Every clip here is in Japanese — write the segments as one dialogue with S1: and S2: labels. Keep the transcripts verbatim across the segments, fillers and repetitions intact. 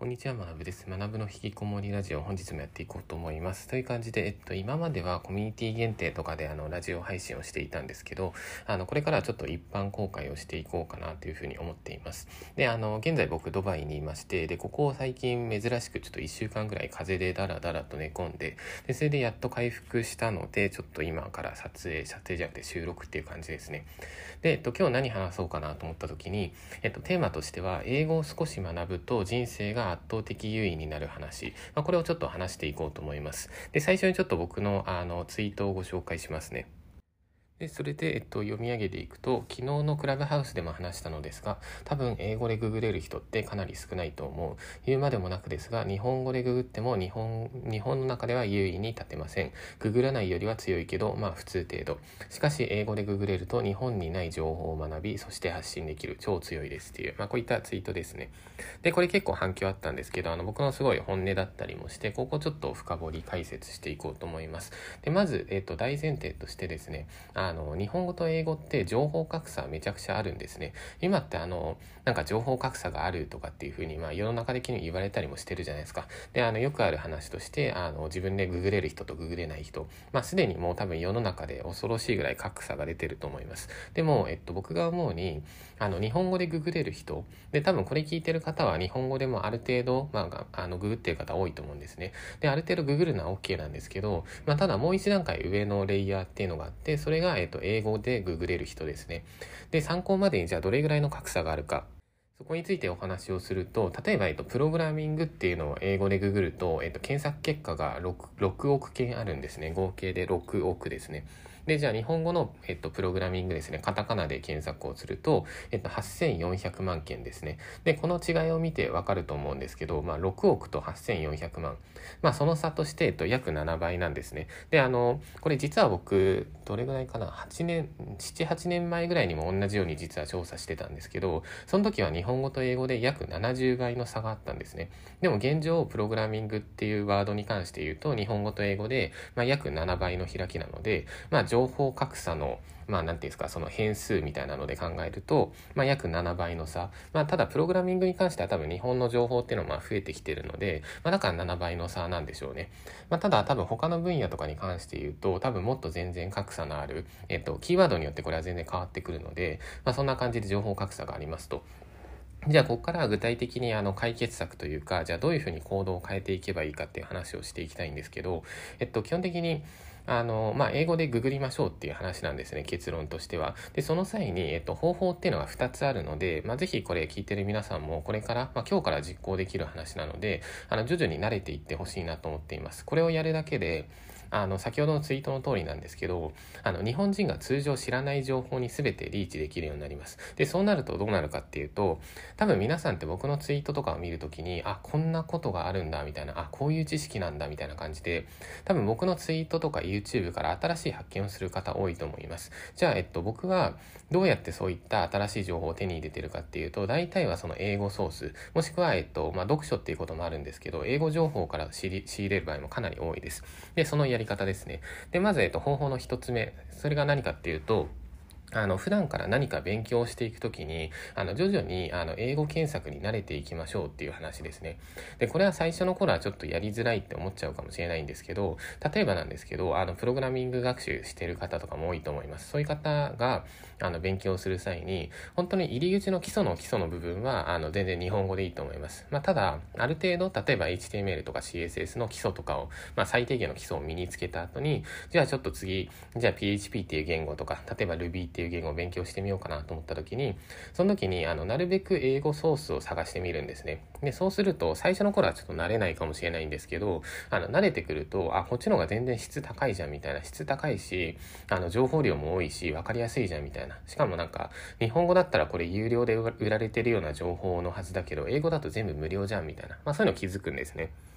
S1: こんにちは、学部です。学ぶの引きこもりラジオ、本日もやっていこうと思います。という感じで、えっと、今まではコミュニティ限定とかであのラジオ配信をしていたんですけど、あのこれからはちょっと一般公開をしていこうかなというふうに思っています。で、あの現在僕ドバイにいまして、でここ最近珍しくちょっといっしゅうかんぐらい風邪でダラダラと寝込んで、でそれでやっと回復したので、ちょっと今から撮影、撮影じゃなくて収録っていう感じですね。で、えっと、今日何話そうかなと思った時に、えっと、テーマとしては英語を少し学ぶと人生が圧倒的優位になる話、まあ、これをちょっと話していこうと思います。で、最初にちょっと僕のあのツイートをご紹介しますね。でそれで、えっと、読み上げていくと、昨日のクラブハウスでも話したのですが、多分英語でググれる人ってかなり少ないと思う。言うまでもなくですが、日本語でググっても日本日本の中では優位に立てません。ググらないよりは強いけど、まあ普通程度。しかし英語でググれると日本にない情報を学び、そして発信できる。超強いですっていう、まあこういったツイートですね。で、これ結構反響あったんですけど、あの僕のすごい本音だったりもして、ここちょっと深掘り解説していこうと思います。で、まず、えっと、大前提としてですね、あの日本語と英語って情報格差めちゃくちゃあるんですね。今ってあのなんか情報格差があるとかっていう風にまあ世の中的に言われたりもしてるじゃないですか。で、あのよくある話として、あの自分でググれる人とググれない人、まあすでにもう多分世の中で恐ろしいぐらい格差が出てると思います。でも、えっと僕が思うに、あの日本語でググれる人で、多分これ聞いてる方は日本語でもある程度まああのググってる方多いと思うんですね。で、ある程度ググるのは OK なんですけど、まあただもう一段階上のレイヤーっていうのがあって、それがえっと英語でググれる人ですね。で、参考までにじゃあどれぐらいの格差があるか。そこについてお話をすると、例えば、えっと、プログラミングっていうのを英語でググると、えっと、検索結果が 6, ろくおくけんあるんですね。合計でろくおくですね。で、じゃあ日本語の、えっと、プログラミングですね。カタカナで検索をすると、えっと、はっせんよんひゃくまんけんですね。で、この違いを見てわかると思うんですけど、まあ、ろくおくとはっせんよんひゃくまん。まあ、その差として、えっと、約ななばいなんですね。で、あの、これ実は僕、どれぐらいかな、はちねん、なな、はちねんまえぐらいにも同じように実は調査してたんですけど、その時は日本語と英語で約ななじゅうばいの差があったんですね。でも現状、プログラミングっていうワードに関して言うと、日本語と英語で、まあ、約ななばいの開きなので、まあ、情報格差のまあなんていうんですか、その変数みたいなので考えると、まあ約ななばいの差。まあただプログラミングに関しては多分日本の情報っていうのはまあ増えてきてるので、まあだからななばいの差なんでしょうね。まあただ多分他の分野とかに関して言うと、多分もっと全然格差のある、えっと、キーワードによってこれは全然変わってくるので、まあそんな感じで情報格差がありますと。じゃあここからは具体的にあの解決策というか、じゃあどういうふうに行動を変えていけばいいかっていう話をしていきたいんですけど、えっと基本的にあの、まあ、英語でググりましょうっていう話なんですね、結論としては。で、その際に、えっと、方法っていうのがふたつあるので、まあ、ぜひこれ聞いてる皆さんもこれから、まあ、今日から実行できる話なので、あの、徐々に慣れていってほしいなと思っています。これをやるだけで、あの、先ほどのツイートの通りなんですけど、あの、日本人が通常知らない情報に全てリーチできるようになります。で、そうなるとどうなるかっていうと、多分皆さんって僕のツイートとかを見るときに、あ、こんなことがあるんだ、みたいな、あ、こういう知識なんだ、みたいな感じで、多分僕のツイートとか YouTube から新しい発見をする方多いと思います。じゃあ、えっと、僕はどうやってそういった新しい情報を手に入れてるかっていうと、大体はその英語ソース、もしくは、えっと、まあ、読書っていうこともあるんですけど、英語情報から仕入れる場合もかなり多いです。で、そのやり方ですね。で、まず、えっと、方法の一つ目、それが何かっていうと、あの普段から何か勉強していくときにあの徐々にあの英語検索に慣れていきましょうっていう話ですね。でこれは最初の頃はちょっとやりづらいって思っちゃうかもしれないんですけど、例えばなんですけどあのプログラミング学習してる方とかも多いと思います。そういう方があの勉強する際に本当に入り口の基礎の基礎の部分はあの全然日本語でいいと思います。まあ、ただある程度例えば エイチティーエムエル とか シーエスエス の基礎とかを、まあ、最低限の基礎を身につけた後にじゃあちょっと次じゃあ ピーエイチピー っていう言語とか例えば Ruby っていう言語を勉強してみようかなと思った時に、その時にあのなるべく英語ソースを探してみるんですね。でそうすると最初の頃はちょっと慣れないかもしれないんですけど、あの慣れてくるとあこっちの方が全然質高いじゃんみたいな、質高いしあの情報量も多いし分かりやすいじゃんみたいな、しかもなんか日本語だったらこれ有料で売られてるような情報のはずだけど英語だと全部無料じゃんみたいな、まあそういうの気づくんですね。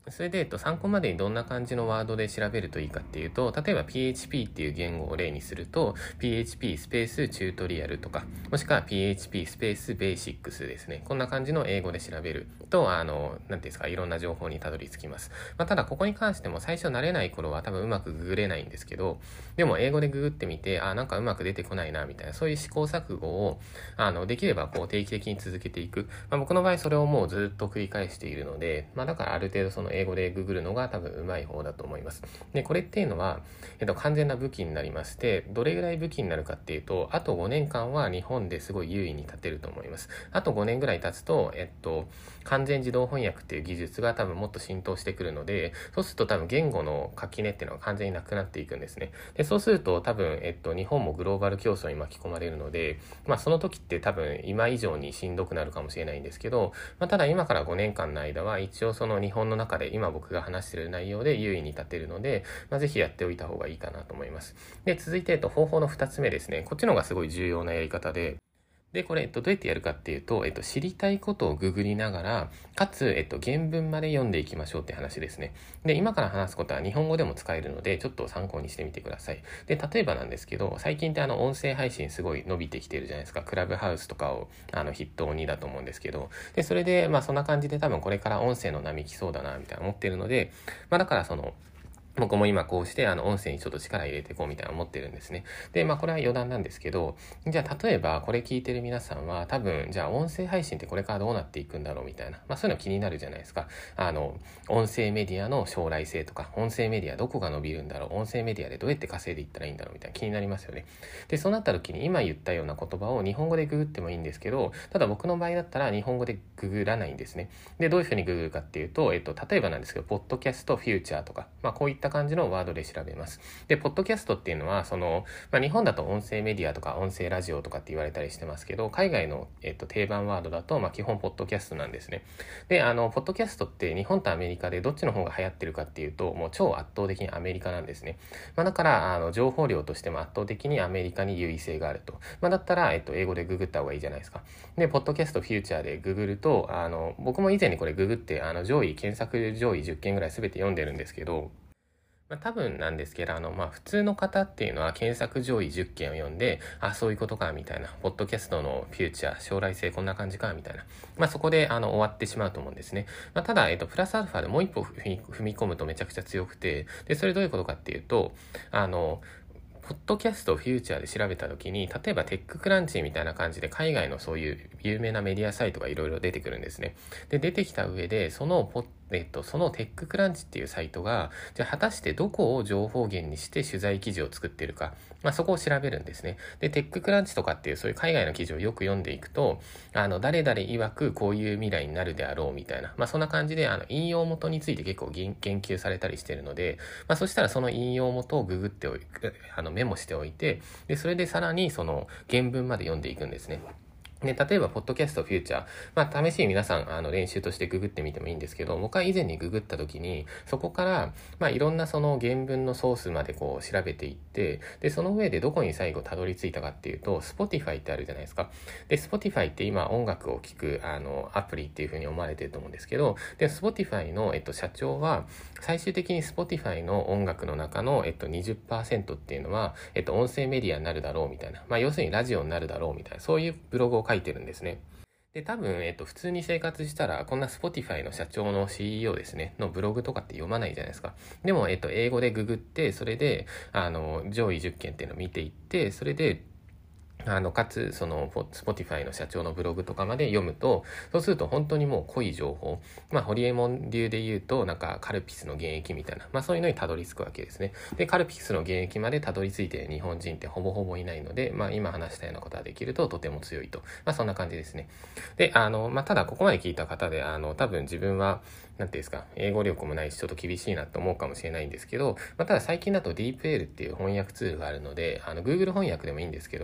S1: それで、えっと、参考までにどんな感じのワードで調べるといいかっていうと、例えば ピーエイチピー っていう言語を例にすると、ピーエイチピー スペースチュートリアルとか、もしくは ピーエイチピー スペースベーシックスですね。こんな感じの英語で調べると、あの、なんていうんですか、いろんな情報にたどり着きます。まあ、ただ、ここに関しても最初慣れない頃は多分うまくググれないんですけど、でも英語でググってみて、あ、なんかうまく出てこないな、みたいな、そういう試行錯誤を、あの、できればこう定期的に続けていく。まあ、僕の場合それをもうずっと繰り返しているので、まあ、だからある程度その英語でググるのが多分うまい方だと思います。で、これっていうのは、えっと、完全な武器になりまして、どれぐらい武器になるかっていうと、あとごねんかんは日本ですごい優位に立てると思います。あとごねんぐらい経つと、えっと、完全自動翻訳っていう技術が多分もっと浸透してくるので、そうすると多分言語の垣根っていうのは完全になくなっていくんですね。で、そうすると多分、えっと、日本もグローバル競争に巻き込まれるので、まあその時って多分今以上にしんどくなるかもしれないんですけど、まあ、ただ今からごねんかんの間は一応その日本の中で今僕が話している内容で優位に立てるので、まあ、ぜひやっておいた方がいいかなと思います。で、続いて、えっと、方法のふたつめですね。こっちの方がすごい重要なやり方で、で、これ、えっと、どうやってやるかっていうと、えっと、知りたいことをググりながら、かつ、えっと、原文まで読んでいきましょうって話ですね。で、今から話すことは日本語でも使えるので、ちょっと参考にしてみてください。で、例えばなんですけど、最近ってあの、音声配信すごい伸びてきてるじゃないですか。クラブハウスとかを、あの、筆頭にだと思うんですけど、で、それで、まあ、そんな感じで多分これから音声の波来そうだな、みたいな思ってるので、まあ、だからその、僕も今こうしてあの音声にちょっと力入れていこうみたいな思ってるんですね。で、まあこれは余談なんですけど、じゃあ例えばこれ聞いてる皆さんは多分、じゃあ音声配信ってこれからどうなっていくんだろうみたいな、まあそういうの気になるじゃないですか。あの、音声メディアの将来性とか、音声メディアどこが伸びるんだろう、音声メディアでどうやって稼いでいったらいいんだろうみたいな気になりますよね。で、そうなった時に今言ったような言葉を日本語でググってもいいんですけど、ただ僕の場合だったら日本語でググらないんですね。で、どういうふうにググるかっていうと、えっと、例えばなんですけど、ポッドキャストフューチャーとか、まあこういった感じのワードで調べます。で、ポッドキャストっていうのは、その、まあ、日本だと音声メディアとか音声ラジオとかって言われたりしてますけど、海外の、えっと、定番ワードだと、まあ、基本ポッドキャストなんですね。で、あの、ポッドキャストって日本とアメリカでどっちの方が流行ってるかっていうと、もう超圧倒的にアメリカなんですね。まあ、だから、あの、情報量としても圧倒的にアメリカに優位性があると。まあ、だったら、えっと、英語でググった方がいいじゃないですか。で、ポッドキャストフューチャーでググると、あの、僕も以前にこれググって、あの、上位、検索上位じゅっけんぐらい全て読んでるんですけど、まあ、多分なんですけど、あの、まあ、普通の方っていうのは検索上位じゅっけんを読んで、あ、そういうことか、みたいな、ポッドキャストのフューチャー、将来性こんな感じか、みたいな。まあ、そこで、あの、終わってしまうと思うんですね。まあ、ただ、えっと、プラスアルファでもう一歩踏み込むとめちゃくちゃ強くて、で、それどういうことかっていうと、あの、ポッドキャストをフューチャーで調べたときに、例えばテッククランチみたいな感じで海外のそういう有名なメディアサイトがいろいろ出てくるんですね。で、出てきた上で、そのポえっと、そのテッククランチっていうサイトが、じゃあ果たしてどこを情報源にして取材記事を作っているか、まあ、そこを調べるんですね。で、テッククランチとかっていうそういう海外の記事をよく読んでいくと、あの、誰々曰くこういう未来になるであろうみたいな、まあ、そんな感じで、あの、引用元について結構言及されたりしているので、まあ、そしたらその引用元をググっておいて、あの、メモしておいて、で、それでさらにその原文まで読んでいくんですね。で、例えば、ポッドキャストフューチャー。まあ、試しに皆さん、あの、練習としてググってみてもいいんですけど、僕は以前にググった時に、そこから、まあ、いろんなその原文のソースまでこう調べていって、で、その上でどこに最後たどり着いたかっていうと、Spotify ってあるじゃないですか。で、Spotify って今音楽を聴く、あの、アプリっていう風に思われてると思うんですけど、で、Spotify の、えっと、社長は、最終的に Spotify の音楽の中の、えっと、にじゅっパーセント っていうのは、えっと、音声メディアになるだろうみたいな。まあ、要するにラジオになるだろうみたいな、そういうブログを書いてるんですね。で、多分、えっと、普通に生活したら、こんな Spotify の社長の シーイーオー ですね、のブログとかって読まないじゃないですか。でも、えっと、英語でググって、それで、あの、上位じゅっけんっていうのを見ていって、それで、あの、かつ、その、Spotify の社長のブログとかまで読むと、そうすると本当にもう濃い情報。まあ、ホリエモン流で言うと、なんか、カルピスの原液みたいな、まあ、そういうのにたどり着くわけですね。で、カルピスの原液までたどり着いている日本人ってほぼほぼいないので、まあ、今話したようなことができるととても強いと。まあ、そんな感じですね。で、あの、まあ、ただ、ここまで聞いた方で、あの、多分自分は、なんていうんですか、英語力もないし、ちょっと厳しいなと思うかもしれないんですけど、まあ、ただ最近だと ディープエル っていう翻訳ツールがあるので、あの、Google 翻訳でもいいんですけど、Google 翻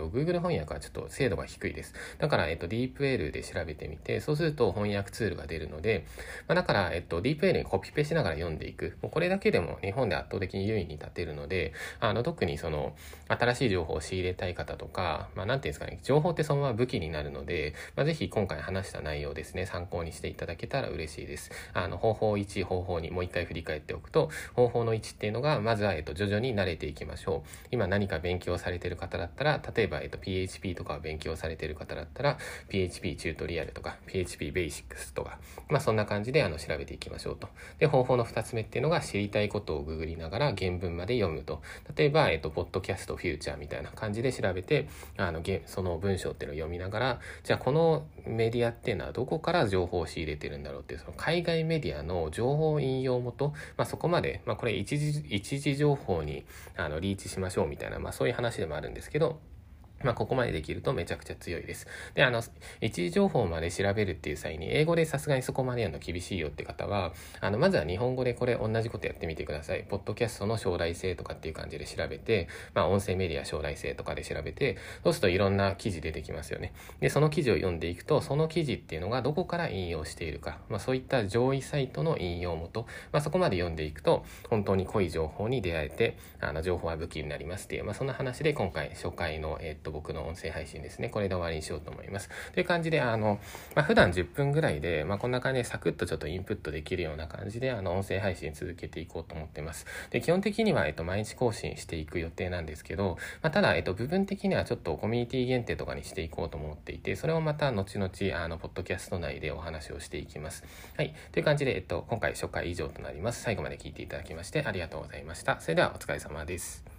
S1: 翻訳はちょっと精度が低いです。だから、えっと、ディープエルで調べてみて、そうすると翻訳ツールが出るので、まあ、だから、えっと、ディープエルにコピペしながら読んでいく。もうこれだけでも日本で圧倒的に優位に立てるので、あの、特にその、新しい情報を仕入れたい方とか、まあ、なんていうんですかね、情報ってそのまま武器になるので、まあ、ぜひ今回話した内容ですね、参考にしていただけたら嬉しいです。あの、方法いち、方法にもう一回振り返っておくと、方法のいちっていうのが、まずは、えっと、徐々に慣れていきましょう。今何か勉強されている方だったら、例えば、えっと、ピーエイチピー とかを勉強されている方だったら、ピーエイチピー チュートリアルとか、ピーエイチピー ベーシックスとか、まあ、そんな感じで、あの、調べていきましょうと。で、方法のふたつめっていうのが、知りたいことをググりながら原文まで読むと。例えば、えっと、ポッドキャストフューチャーみたいな感じで調べて、あの、その文章っていうのを読みながら、じゃあ、このメディアっていうのはどこから情報を仕入れてるんだろうっていう、その海外メディアの情報引用元、まあ、そこまで、まあ、これ一時、一時情報にあのリーチしましょうみたいな、まあ、そういう話でもあるんですけど、まあ、ここまでできるとめちゃくちゃ強いです。で、あの、一時情報まで調べるっていう際に、英語でさすがにそこまでやるの厳しいよって方は、あの、まずは日本語でこれ同じことやってみてください。ポッドキャストの将来性とかっていう感じで調べて、まあ、音声メディア将来性とかで調べて、そうするといろんな記事出てきますよね。で、その記事を読んでいくと、その記事っていうのがどこから引用しているか、まあ、そういった上位サイトの引用元、まあ、そこまで読んでいくと、本当に濃い情報に出会えて、あの、情報は武器になりますっていう、まあ、そんな話で今回、初回の、えっと、僕の音声配信ですね。これで終わりにしようと思います。という感じで、あの、まあ、普段じゅっぷんぐらいで、まあ、こんな感じでサクッとちょっとインプットできるような感じで、あの、音声配信続けていこうと思ってます。で、基本的には、えっと、毎日更新していく予定なんですけど、まあ、ただ、えっと、部分的にはちょっとコミュニティ限定とかにしていこうと思っていて、それをまた後々、あの、ポッドキャスト内でお話をしていきます。はい。という感じで、えっと、今回初回以上となります。最後まで聞いていただきましてありがとうございました。それではお疲れ様です。